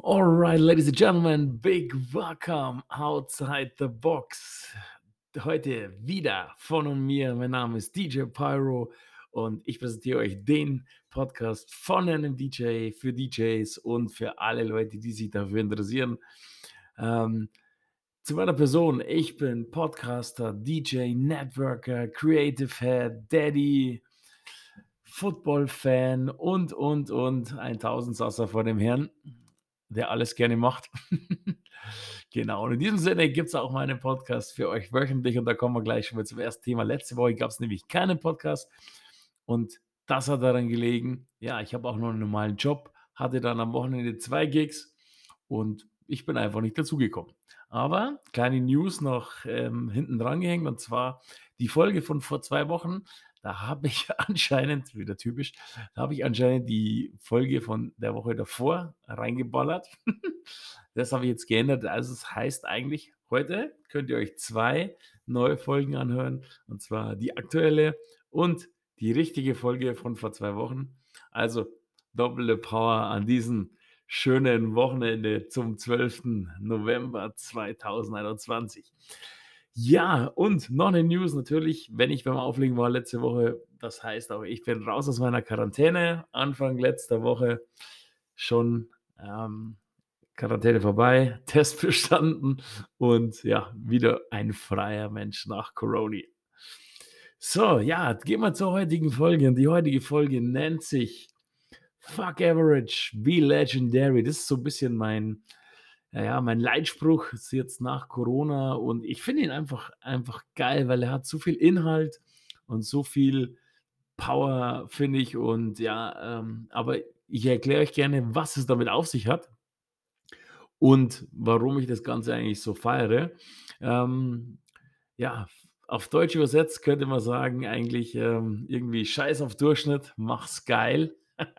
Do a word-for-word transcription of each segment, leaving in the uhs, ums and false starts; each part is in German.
Alright, ladies and gentlemen, big welcome outside the box. Heute wieder von und mir. Mein Name ist D J Pyro und ich präsentiere euch den Podcast von einem D J für D Js und für alle Leute, die sich dafür interessieren. Ähm, zu meiner Person, ich bin Podcaster, D J, Networker, Creative Head, Daddy, Football-Fan und, und, und ein Tausendsasser vor dem Herrn, der alles gerne macht. Genau, und in diesem Sinne gibt es auch meinen Podcast für euch wöchentlich und da kommen wir gleich schon mal zum ersten Thema. Letzte Woche gab es nämlich keinen Podcast und das hat daran gelegen, ja, ich habe auch noch einen normalen Job, hatte dann am Wochenende zwei Gigs und ich bin einfach nicht dazugekommen. Aber kleine News noch ähm, hinten dran gehängt und zwar die Folge von vor zwei Wochen, da habe ich anscheinend, wieder typisch, da habe ich anscheinend die Folge von der Woche davor reingeballert. Das habe ich jetzt geändert. Also es heißt eigentlich, heute könnt ihr euch zwei neue Folgen anhören. Und zwar die aktuelle und die richtige Folge von vor zwei Wochen. Also doppelte Power an diesem schönen Wochenende zum zwölften November zweitausendeinundzwanzig. Ja, und noch eine News natürlich, wenn ich beim Auflegen war letzte Woche, das heißt auch, ich bin raus aus meiner Quarantäne. Anfang letzter Woche schon ähm, Quarantäne vorbei, Test bestanden und ja, wieder ein freier Mensch nach Corona. So, ja, gehen wir zur heutigen Folge. Und die heutige Folge nennt sich Fuck Average, Be Legendary. Das ist so ein bisschen mein, ja, ja, mein Leitspruch ist jetzt nach Corona und ich finde ihn einfach, einfach geil, weil er hat so viel Inhalt und so viel Power, finde ich. Und ja, ähm, aber ich erkläre euch gerne, was es damit auf sich hat und warum ich das Ganze eigentlich so feiere. Ähm, ja, auf Deutsch übersetzt könnte man sagen, eigentlich ähm, irgendwie Scheiß auf Durchschnitt, mach's geil.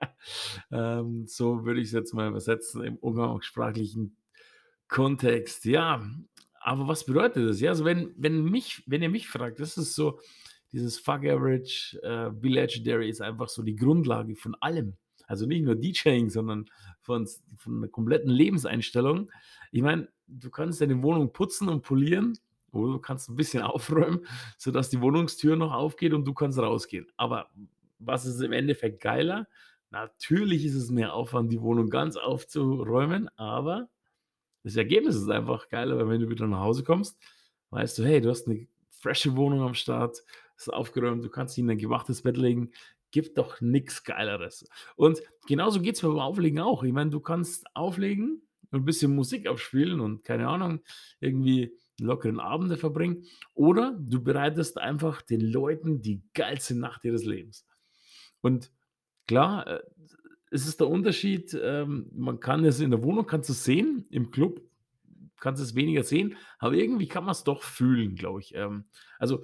ähm, so würde ich es jetzt mal übersetzen im umgangssprachlichen Kontext. Ja, aber was bedeutet das? Ja, also wenn, wenn, mich, wenn ihr mich fragt, das ist so, dieses Fuck Average, äh, Be Legendary ist einfach so die Grundlage von allem. Also nicht nur DJing, sondern von, von einer kompletten Lebenseinstellung. Ich meine, du kannst deine Wohnung putzen und polieren, oder du kannst ein bisschen aufräumen, sodass die Wohnungstür noch aufgeht und du kannst rausgehen. Aber was ist im Endeffekt geiler? Natürlich ist es mehr Aufwand, die Wohnung ganz aufzuräumen, aber das Ergebnis ist einfach geiler, weil wenn du wieder nach Hause kommst, weißt du, hey, du hast eine frische Wohnung am Start, ist aufgeräumt, du kannst dich in ein gemachtes Bett legen. Gibt doch nichts Geileres. Und genauso geht es beim Auflegen auch. Ich meine, du kannst auflegen und ein bisschen Musik abspielen und keine Ahnung, irgendwie lockeren Abende verbringen. Oder du bereitest einfach den Leuten die geilste Nacht ihres Lebens. Und klar, äh, es ist der Unterschied, ähm, man kann es in der Wohnung kannst du's sehen, im Club kannst du es weniger sehen, aber irgendwie kann man es doch fühlen, glaube ich. Ähm, also,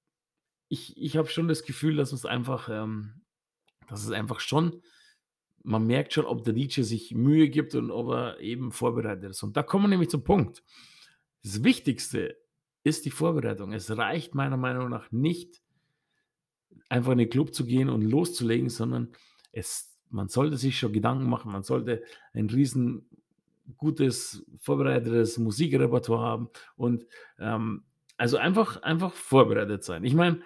ich ich habe schon das Gefühl, dass es einfach ähm, dass es einfach schon man merkt schon, ob der D J sich Mühe gibt und ob er eben vorbereitet ist. Und da kommen wir nämlich zum Punkt. Das Wichtigste ist die Vorbereitung. Es reicht meiner Meinung nach nicht, einfach in den Club zu gehen und loszulegen, sondern es man sollte sich schon Gedanken machen. Man sollte ein riesen gutes, vorbereitetes Musikrepertoire haben und, ähm, also einfach einfach vorbereitet sein. Ich meine,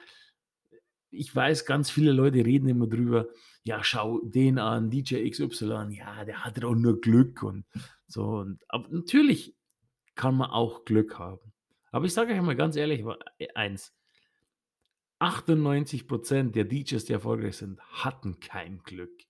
ich weiß, ganz viele Leute reden immer drüber: „Ja, schau den an, D J X Y, ja, der hatte doch nur Glück“ und so und aber natürlich kann man auch Glück haben. Aber ich sage euch mal ganz ehrlich wa e eins: achtundneunzig der D Js, die erfolgreich sind, hatten kein Glück.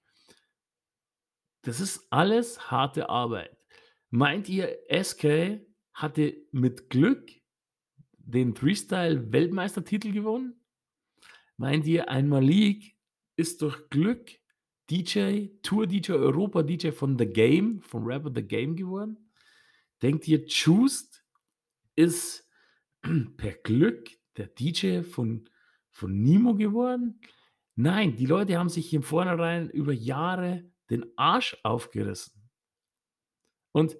Das ist alles harte Arbeit. Meint ihr, S K hatte mit Glück den Freestyle-Weltmeistertitel gewonnen? Meint ihr, ein Malik ist durch Glück D J, Tour-D J, Europa-D J von The Game, vom Rapper The Game geworden? Denkt ihr, Juiced ist per Glück der D J von von Nimo geworden? Nein, die Leute haben sich im Vornherein über Jahre den Arsch aufgerissen. Und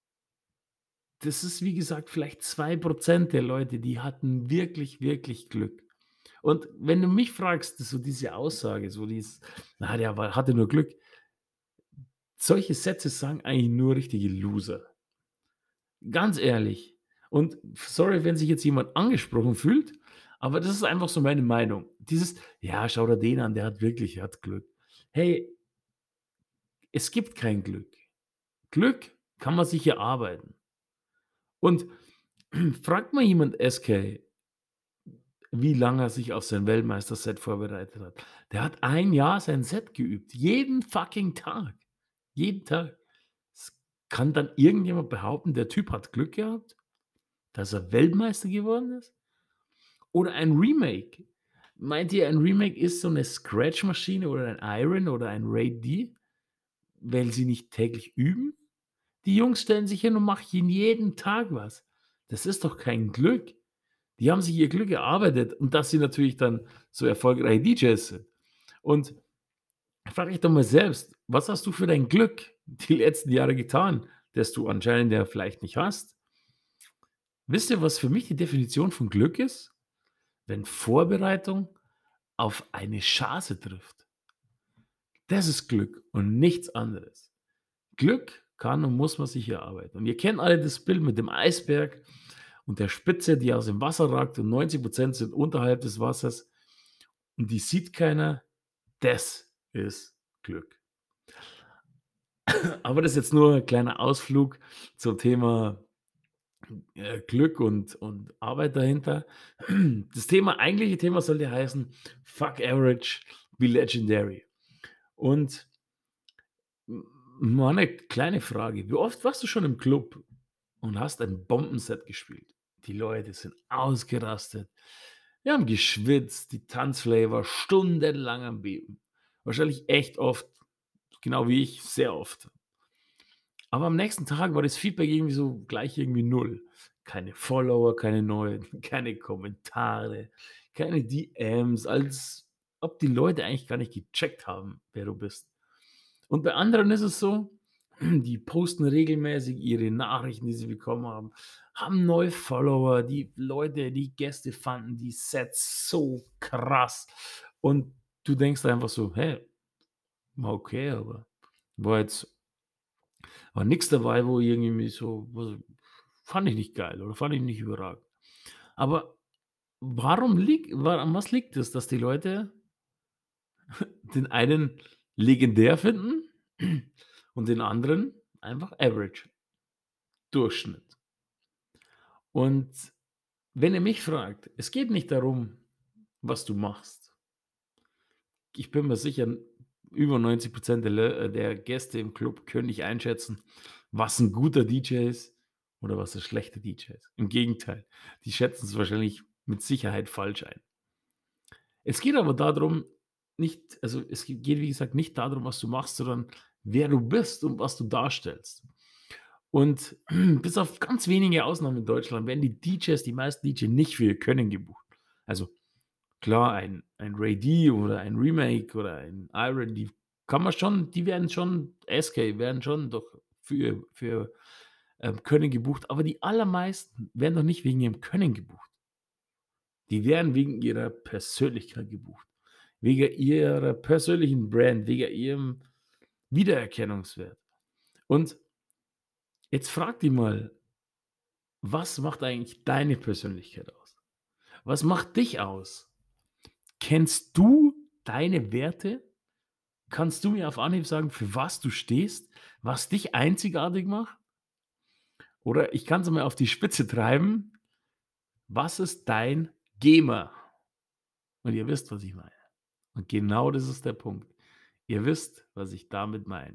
das ist, wie gesagt, vielleicht zwei Prozent der Leute, die hatten wirklich, wirklich Glück. Und wenn du mich fragst, so diese Aussage, so dieses: „Na, der war hatte nur Glück.“ solche Sätze sagen eigentlich nur richtige Loser. Ganz ehrlich. Und sorry, wenn sich jetzt jemand angesprochen fühlt, aber das ist einfach so meine Meinung. Dieses: „Ja, schau dir den an, der hat wirklich er hat Glück.“ Hey, es gibt kein Glück. Glück kann man sich erarbeiten. Und fragt mal jemand S K, wie lange er sich auf sein Weltmeisterset vorbereitet hat. Der hat ein Jahr sein Set geübt, jeden fucking Tag. Jeden Tag. S Kann dann irgendjemand behaupten, der Typ hat Glück gehabt, dass er Weltmeister geworden ist? Oder ein Remake. Meint ihr, ein Remake ist so 'ne Scratch-Maschine oder ein Iron oder ein Ray D, weil sie nicht täglich üben? Die Jungs stellen sich hin und machen jeden Tag was. Das ist doch kein Glück. Die haben sich ihr Glück erarbeitet und dass sie natürlich dann so erfolgreiche D Js sind. Und frag dich doch mal selbst, was hast du für dein Glück die letzten Jahre getan, das du anscheinend ja vielleicht nicht hast? Wisst ihr, was für mich die Definition von Glück ist? Wenn Vorbereitung auf eine Chance trifft. Das ist Glück und nichts anderes. Glück kann und muss man sich erarbeiten. Und ihr kennt alle das Bild mit dem Eisberg und der Spitze, die aus dem Wasser ragt und neunzig Prozent sind unterhalb des Wassers und die sieht keiner. Das ist Glück. Aber das ist jetzt nur 'n kleiner Ausflug zum Thema, äh, Glück und und Arbeit dahinter. Das Thema eigentliche Thema sollte heißen: „Fuck average, be legendary.“ Und m mal 'ne kleine Frage: Wie oft warst du schon im Club und hast ein Bombenset gespielt? Die Leute sind ausgerastet. Wir haben geschwitzt, die Tanzfläche war stundenlang am Beben. Wahrscheinlich echt oft, genau wie ich, sehr oft. Aber am nächsten Tag war das Feedback irgendwie so gleich irgendwie null. Keine Follower, keine neuen, keine Kommentare, keine D Ms, als ob die Leute eigentlich gar nicht gecheckt haben, wer du bist. Und bei anderen ist es so, die posten regelmäßig ihre Nachrichten, die sie bekommen haben, haben neue Follower, die Leute, die Gäste fanden die Sets so krass. Und du denkst einfach so: „Hey, war okay, aber war jetzt war nix dabei, wo irgendwie so was fand ich nicht geil oder fand ich nicht überragend.“ Aber warum liegt wa an was liegt es, dass die Leute den einen legendär finden und den anderen einfach average, Durchschnitt? Und wenn ihr mich fragt, es geht nicht darum, was du machst. Ich bin mir sicher, über neunzig Prozent der Lö äh, der Gäste im Club können nicht einschätzen, was 'n guter D J ist oder was 'n schlechter D J ist. Im Gegenteil, die schätzen es wahrscheinlich mit Sicherheit falsch ein. Es geht aber da drum nicht also, es ge geht, wie gesagt, nicht da drum, was du machst, sondern wer du bist und was du darstellst. Und bis auf ganz wenige Ausnahmen in Deutschland werden die D Js, die meisten D Js nicht für ihr Können gebucht. Also, klar, ein ein Ray D oder ein Remake oder ein Iron, die kann man schon die werden schon S K werden schon doch für ihr für ihr, ähm, Können gebucht, aber die allermeisten werden doch nicht wegen ihrem Können gebucht. Die werden wegen ihrer Persönlichkeit gebucht, wegen ihrer persönlichen Brand, wegen ihrem Wiedererkennungswert. Und jetzt frag dich mal, was macht eigentlich deine Persönlichkeit aus? Was macht dich aus? Kennst du deine Werte? Kannst du mir auf Anhieb sagen, für was du stehst, was dich einzigartig macht? Oder ich kann's mal auf die Spitze treiben: Was ist dein GEMA? Und ihr wisst, was ich meine. Und genau das ist der Punkt. Ihr wisst, was ich damit meine.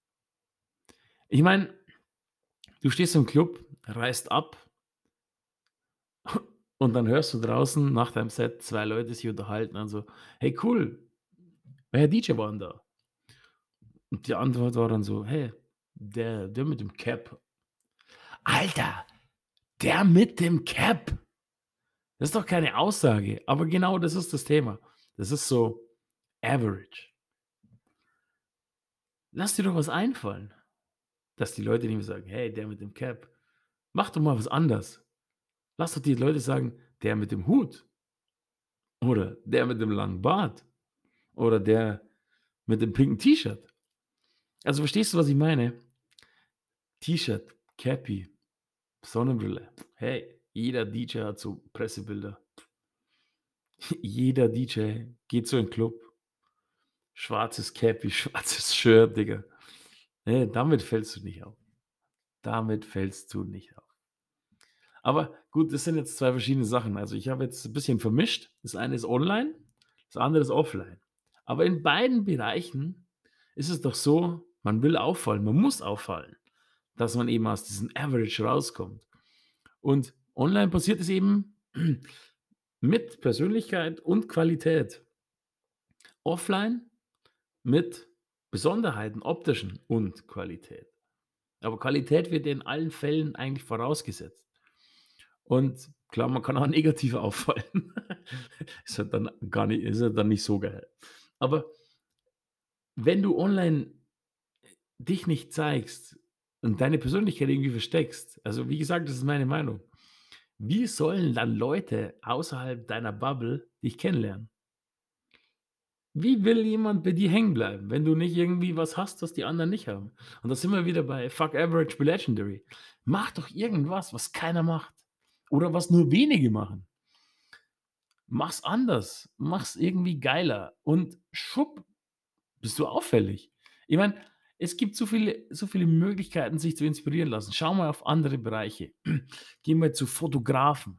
Ich meine, du stehst im Club, reist ab und dann hörst du draußen nach deinem Set zwei Leute sich unterhalten, dann so: „Hey, cool, welcher D J war 'n da?“ Und die Antwort war dann so: „Hey, der der mit dem Cap.“ Alter, der mit dem Cap! Das ist doch keine Aussage, aber genau das ist das Thema. Das ist so average. Lass dir doch was einfallen, dass die Leute nicht mehr sagen: „Hey, der mit dem Cap.“ Mach doch mal was anders. Lass doch die Leute sagen: „Der mit dem Hut“ oder „der mit dem langen Bart“ oder „der mit dem pinken T-Shirt“. Also, verstehst du, was ich meine? T-Shirt, Cappy, Sonnenbrille. Hey, jeder D J hat so Pressebilder. Jeder D J geht so in 'n Club, schwarzes Cappy, schwarzes Shirt, Digga. Ne, damit fällst du nicht auf. Damit fällst du nicht auf. Aber gut, das sind jetzt zwei verschiedene Sachen. Also, ich habe jetzt 'n bisschen vermischt. Das eine ist online, das andere ist offline. Aber in beiden Bereichen ist es doch so, man will auffallen, man muss auffallen, dass man eben aus diesem Average rauskommt. Und online passiert es eben mit Persönlichkeit und Qualität. Offline mit Besonderheiten, optischen und Qualität. Aber Qualität wird in allen Fällen eigentlich vorausgesetzt. Und klar, man kann auch negativ auffallen. Ist halt dann gar nicht ist halt dann nicht so geil. Aber wenn du online dich nicht zeigst und deine Persönlichkeit irgendwie versteckst, also, wie gesagt, das ist meine Meinung. Wie sollen dann Leute außerhalb deiner Bubble dich kennenlernen? Wie will jemand bei dir hängen bleiben, wenn du nicht irgendwie was hast, was die anderen nicht haben? Und da sind wir wieder bei Fuck Average, be Legendary. Mach doch irgendwas, was keiner macht oder was nur wenige machen. Mach's anders, mach's irgendwie geiler und schwupp, bist du auffällig. Ich meine, es gibt so viele so viele Möglichkeiten, sich zu inspirieren lassen. Schau mal auf andere Bereiche. Geh mal zu Fotografen,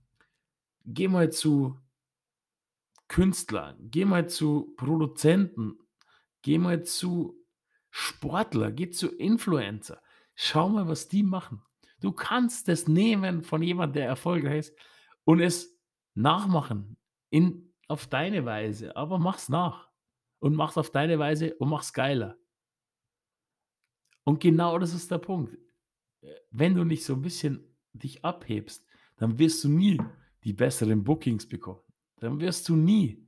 geh mal zu Künstlern, geh mal zu Produzenten, geh mal zu Sportler, geh zu Influencer. Schau mal, was die machen. Du kannst es nehmen von jemand, der erfolgreich ist und es nachmachen in auf deine Weise, aber mach's nach und mach's auf deine Weise und mach's geiler. Und genau das ist der Punkt. Äh, wenn du nicht so 'n bisschen dich abhebst, dann wirst du nie die besseren Bookings bekommen. Dann wirst du nie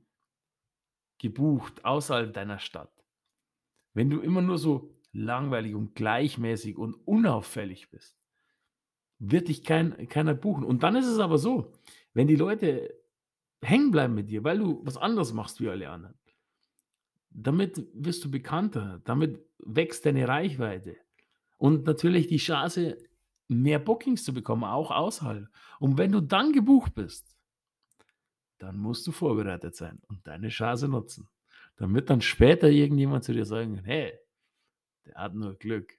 gebucht außerhalb deiner Stadt. Wenn du immer nur so langweilig und gleichmäßig und unauffällig bist, wird dich kein keiner buchen. Und dann ist es aber so, wenn die Leute hängen bleiben mit dir, weil du was anderes machst wie alle anderen, damit wirst du bekannter, damit wächst deine Reichweite und natürlich die Chance, mehr Bookings zu bekommen, auch außerhalb. Und wenn du dann gebucht bist, dann musst du vorbereitet sein und deine Chance nutzen, damit dann später irgendjemand zu dir sagen kann: „Hey, der hat nur Glück."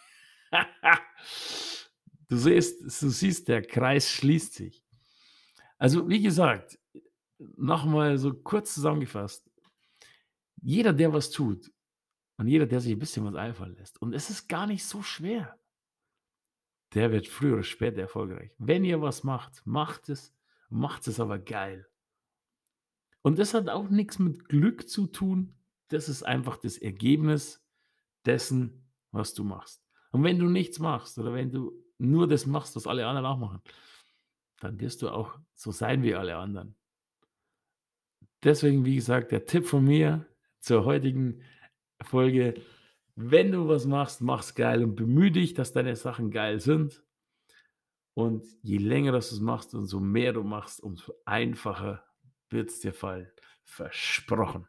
Du siehst du siehst, der Kreis schließt sich. Also, wie gesagt, noch mal so kurz zusammengefasst: Jeder, der was tut und jeder, der sich 'n bisschen was einfallen lässt, und es ist gar nicht so schwer, der wird früher oder später erfolgreich. Wenn ihr was macht, macht es, macht es aber geil. Und das hat auch nix mit Glück zu tun. Das ist einfach das Ergebnis dessen, was du machst. Und wenn du nichts machst oder wenn du nur das machst, was alle anderen auch machen, dann wirst du auch so sein wie alle anderen. Deswegen, wie gesagt, der Tipp von mir zur heutigen Folge: Wenn du was machst, mach's geil und bemühe dich, dass deine Sachen geil sind. Und je länger dass du's machst und so mehr du machst, umso einfacher wird's dir fallen. Versprochen.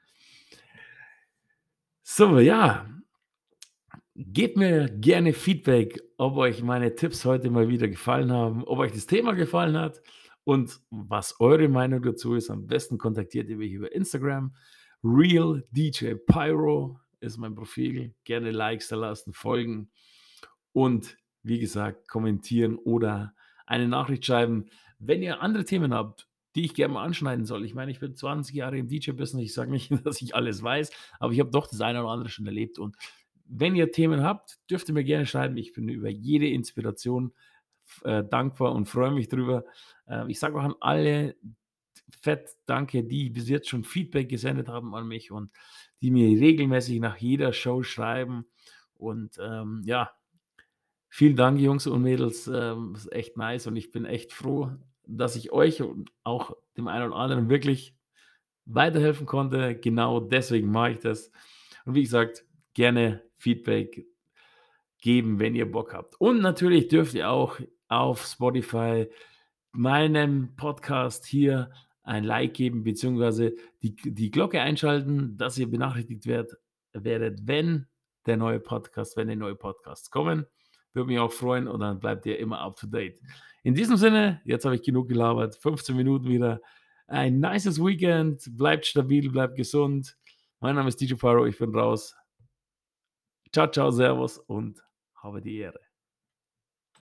So, ja. Gebt mir gerne Feedback, ob euch meine Tipps heute mal wieder gefallen haben, ob euch das Thema gefallen hat und was eure Meinung dazu ist. Am besten kontaktiert ihr mich über Instagram. Real D J Pyro ist mein Profil. Gerne Likes da lassen, folgen und wie gesagt, kommentieren oder eine Nachricht schreiben. Wenn ihr andere Themen habt, die ich gerne mal anschneiden soll. Ich meine, ich bin zwanzig Jahre im D J-Business. Ich sage nicht, dass ich alles weiß, aber ich habe doch das eine oder andere schon erlebt. Und wenn ihr Themen habt, dürft ihr mir gerne schreiben. Ich bin über jede Inspiration f äh, dankbar und freue mich drüber. Äh, ich sage auch an alle fett danke, die bis jetzt schon Feedback gesendet haben an mich und die mir regelmäßig nach jeder Show schreiben. Und, ähm, ja, vielen Dank, Jungs und Mädels. Ähm, ist echt nice und ich bin echt froh, dass ich euch und auch dem einen oder anderen wirklich weiterhelfen konnte. Genau deswegen mache ich das. Und wie gesagt, gerne Feedback geben, wenn ihr Bock habt. Und natürlich dürft ihr auch auf Spotify meinem Podcast hier ein Like geben, beziehungsweise die die Glocke einschalten, dass ihr benachrichtigt werd werdet, wenn der neue Podcast, wenn die neue Podcasts kommen. Würde mich auch freuen und dann bleibt ihr immer up to date. In diesem Sinne, jetzt habe ich genug gelabert, fünfzehn Minuten wieder. Ein nices Weekend, bleibt stabil, bleibt gesund. Mein Name ist D J Pyro, ich bin raus. Ciao, ciao, servus und habe die Ehre.